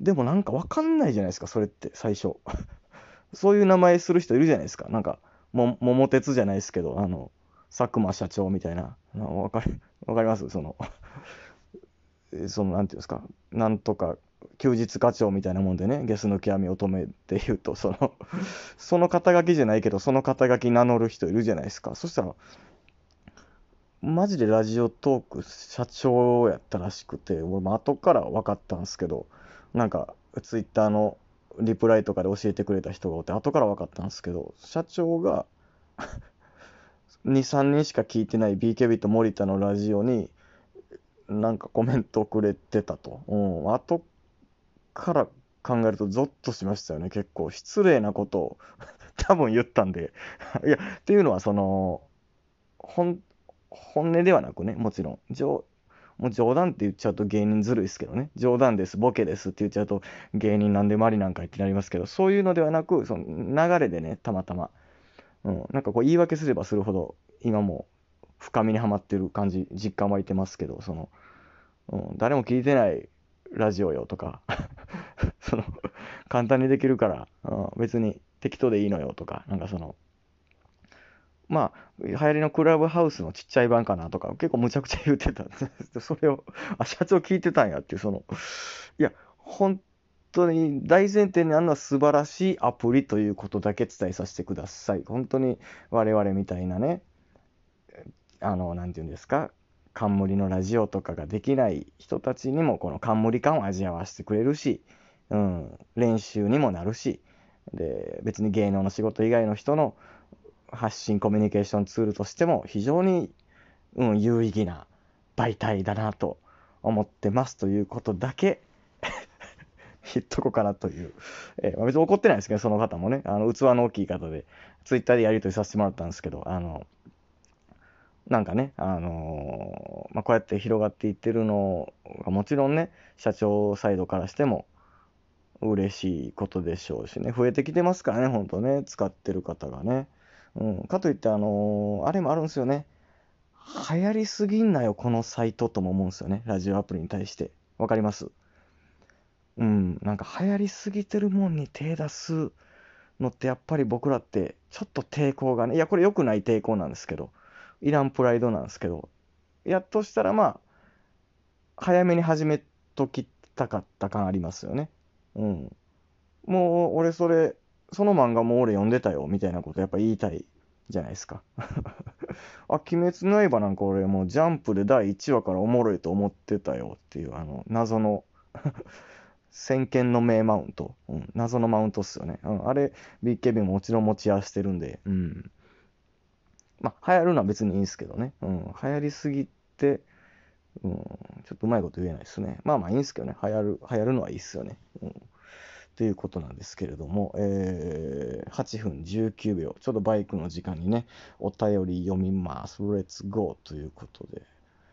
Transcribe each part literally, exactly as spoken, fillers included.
でもなんかわかんないじゃないですか、それって最初。そういう名前する人いるじゃないですか。なんか、も、桃鉄じゃないですけど、あの、佐久間社長みたいな。なわかり、わかりますその、えその、なんていうんですか、なんとか、休日課長みたいなもんでね、ゲスの極み乙女って言うと、その、その肩書きじゃないけど、その肩書き名乗る人いるじゃないですか。そしたら、マジでラジオトーク社長やったらしくて、俺も後から分かったんですけど、なんか、ツイッターのリプライとかで教えてくれた人がおって、後から分かったんですけど、社長がに、さんにんしか聞いてない ビーケービー と森田のラジオに、なんかコメントくれてたと。うん。後から考えるとゾッとしましたよね。結構失礼なことを多分言ったんで。いや、っていうのはその、本、本音ではなくね、もちろん。冗もう冗談って言っちゃうと芸人ずるいですけどね。冗談です、ボケですって言っちゃうと芸人なんでもありなんかいってなりますけど、そういうのではなく、その流れでね、たまたま。うん、なんかこう言い訳すればするほど、今もう深みにはまってる感じ、実感湧いてますけど、その、うん、誰も聞いてないラジオよとか、その、簡単にできるから、うん、別に適当でいいのよとか、なんかその、まあ、流行りのクラブハウスのちっちゃい版かなとか、結構むちゃくちゃ言ってたんです。それを、あ、社長聞いてたんやっていう、その、いや、本当に大前提にあるのは素晴らしいアプリということだけ伝えさせてください。本当に我々みたいなね、あの、なんていうんですか、冠のラジオとかができない人たちにもこの冠感を味わわせてくれるし、うん、練習にもなるし、で、別に芸能の仕事以外の人の発信コミュニケーションツールとしても非常に、うん、有意義な媒体だなと思ってますということだけ言っとこうかなという、えーまあ、別に怒ってないですけど、その方もね、あの器の大きい方で、ツイッターでやり取りさせてもらったんですけど、あの、なんかね、あのーまあ、こうやって広がっていってるのがもちろんね、社長サイドからしても嬉しいことでしょうしね、増えてきてますからね、ほんとね、使ってる方がね。うん、かといって、あのーあれもあるんですよね。流行りすぎんなよ、このサイトとも思うんですよね、ラジオアプリに対して。わかります？うん、なんか流行りすぎてるもんに手出すのってやっぱり僕らってちょっと抵抗がね、いや、これ良くない抵抗なんですけど、いらんプライドなんですけど、やっとしたらまあ、早めに始めときたかった感ありますよね。うん。もう、俺それ、その漫画もう俺読んでたよ、みたいなことやっぱ言いたいじゃないですか。あ、鬼滅の刃なんか俺もうジャンプでだいいちわからおもろいと思ってたよっていう、あの、謎の先見の明マウント。うん、謎のマウントっすよね。うん、あれ、ビッケビンももちろん持ち合わせてるんで、うん。まあ、流行るのは別にいいんですけどね。うん、流行りすぎて、うん、ちょっとうまいこと言えないですね。まあまあいいんですけどね。流行る、流行るのはいいっすよね。うん。ということなんですけれども、えー、はっぷんじゅうきゅうびょう。ちょうどバイクの時間にね、お便り読みます。Let's go! ということで。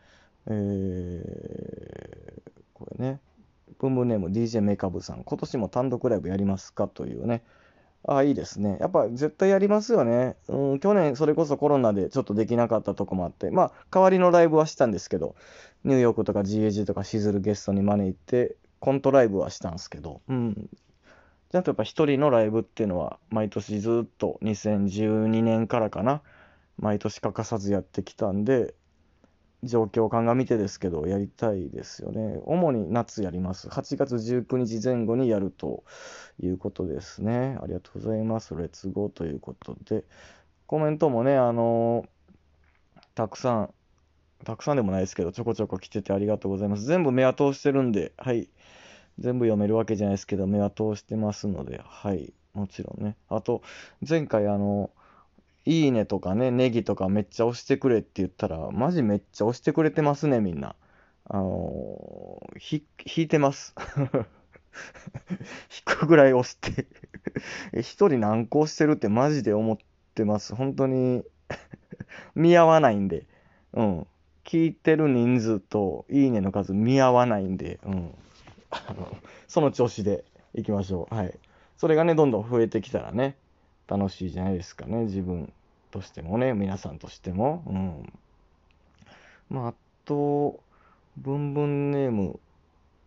えー、これね。ブンブンネーム ディージェー メカブさん。今年も単独ライブやりますかというね。ああ、いいですね。やっぱ絶対やりますよね。うん、去年それこそコロナでちょっとできなかったとこもあって、まあ、代わりのライブはしたんですけど、ニューヨークとか ジーエージー とかしずるゲストに招いて、コントライブはしたんですけど、うん。ちゃんとやっぱ一人のライブっていうのは、毎年ずっとにせんじゅうにねんからかな、毎年欠かさずやってきたんで、状況を鑑みてですけど、やりたいですよね。主に夏やります。はちがつじゅうくにちぜん後にやるということですね。ありがとうございます。レッツゴーということで。コメントもね、あのーたくさん、たくさんでもないですけど、ちょこちょこ来ててありがとうございます。全部目は通してるんで、はい。全部読めるわけじゃないですけど、目は通してますので、はい。もちろんね。あと、前回あの、いいねとかね、ネギとかめっちゃ押してくれって言ったら、マジめっちゃ押してくれてますね、みんな。あのーひ、引いてます。引くぐらい押してえ一人何個押してるってマジで思ってます。本当に見合わないんで。うん。聞いてる人数といいねの数見合わないんで、うん。あのその調子でいきましょう。はい。それがね、どんどん増えてきたらね、楽しいじゃないですかね。自分としてもね、皆さんとしても。うん。まあ、あと、ブンブンネーム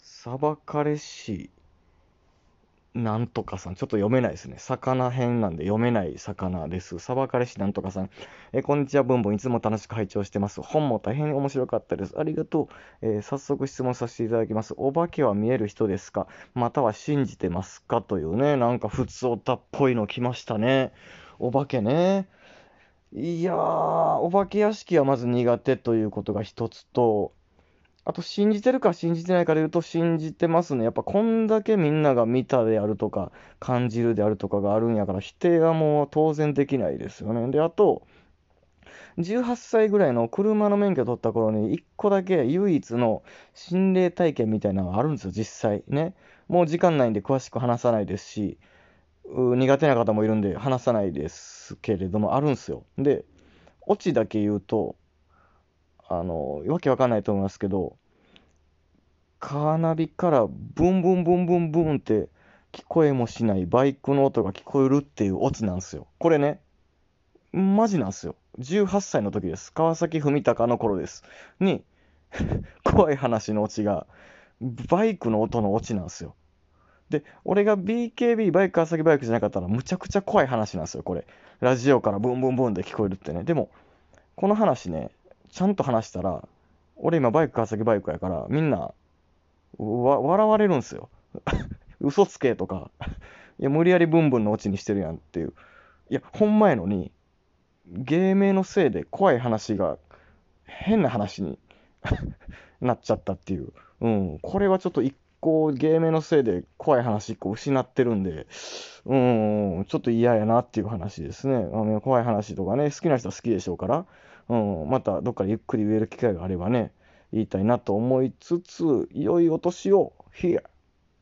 さばかれし、なんとかさん。ちょっと読めないですね。魚編なんで読めない魚です。さばかれしなんとかさん。えーこんにちは、ブンブン。いつも楽しく拝聴してます。本も大変面白かったです。ありがとう。えー早速質問させていただきます。お化けは見える人ですか？または信じてますか？というね、なんか普通オタっぽいの来ましたね。お化けね。いやー、お化け屋敷はまず苦手ということが一つと、あと信じてるか信じてないかで言うと信じてますね。やっぱこんだけみんなが見たであるとか感じるであるとかがあるんやから否定はもう当然できないですよね。で、あと、じゅうはっさいぐらいの車の免許取った頃にいっこだけ唯一の心霊体験みたいなのがあるんですよ、実際ね。もう時間ないんで詳しく話さないですし、う苦手な方もいるんで話さないですけれども、あるんですよ。で、オチだけ言うと、あの、わけわかんないと思いますけど、カーナビからブンブンブンブンブンって聞こえもしないバイクの音が聞こえるっていうオチなんですよ。これね、マジなんですよ。じゅうはっさいの時です。川崎文隆の頃です。に、怖い話のオチが、バイクの音のオチなんですよ。で、俺が ビーケービー バイク川崎バイクじゃなかったらむちゃくちゃ怖い話なんですよ、これ。ラジオからブンブンブンって聞こえるってね。でも、この話ね、ちゃんと話したら、俺今バイク川崎バイクやから、みんなわ笑われるんすよ。嘘つけとか、いや、無理やりブンブンのオチにしてるやんっていう。いや、ほんまやのに、芸名のせいで怖い話が変な話になっちゃったっていう。うん、これはちょっと一個芸名のせいで怖い話一個失ってるんで、うん、ちょっと嫌やなっていう話ですね。あの怖い話とかね、好きな人は好きでしょうから、うん、またどっかでゆっくり言える機会があればね、言いたいなと思いつつ、良いお年を、Here